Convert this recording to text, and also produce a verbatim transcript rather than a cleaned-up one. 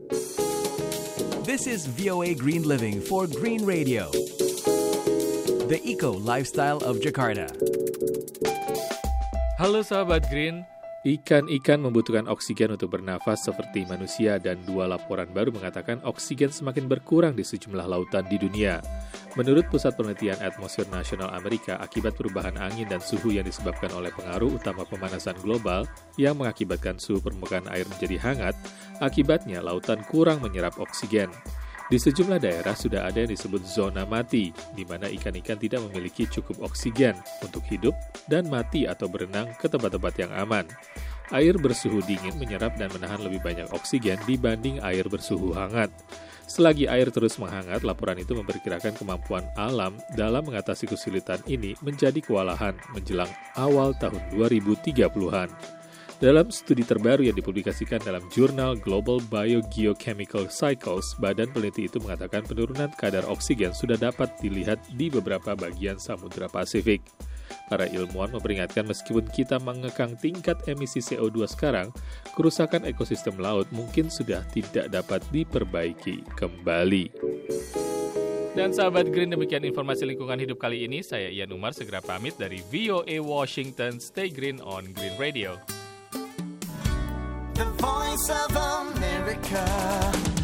This is V O A Green Living for Green Radio, the eco lifestyle of Jakarta. Halo sahabat Green, ikan-ikan membutuhkan oksigen untuk bernafas seperti manusia dan dua laporan baru mengatakan oksigen semakin berkurang di sejumlah lautan di dunia. Menurut Pusat Penelitian Atmosfer Nasional Amerika, akibat perubahan angin dan suhu yang disebabkan oleh pengaruh utama pemanasan global yang mengakibatkan suhu permukaan air menjadi hangat, akibatnya lautan kurang menyerap oksigen. Di sejumlah daerah sudah ada yang disebut zona mati, di mana ikan-ikan tidak memiliki cukup oksigen untuk hidup dan mati atau berenang ke tempat-tempat yang aman. Air bersuhu dingin menyerap dan menahan lebih banyak oksigen dibanding air bersuhu hangat. Selagi air terus menghangat, laporan itu memperkirakan kemampuan alam dalam mengatasi kesulitan ini menjadi kewalahan menjelang awal tahun dua ribu tiga puluhan. Dalam studi terbaru yang dipublikasikan dalam jurnal Global Biogeochemical Cycles, badan peneliti itu mengatakan penurunan kadar oksigen sudah dapat dilihat di beberapa bagian Samudra Pasifik. Para ilmuwan memperingatkan meskipun kita mengekang tingkat emisi C O dua sekarang, kerusakan ekosistem laut mungkin sudah tidak dapat diperbaiki kembali. Dan sahabat Green, demikian informasi lingkungan hidup kali ini. Saya Ian Umar segera pamit dari V O A Washington. Stay green on Green Radio. The Voice of America.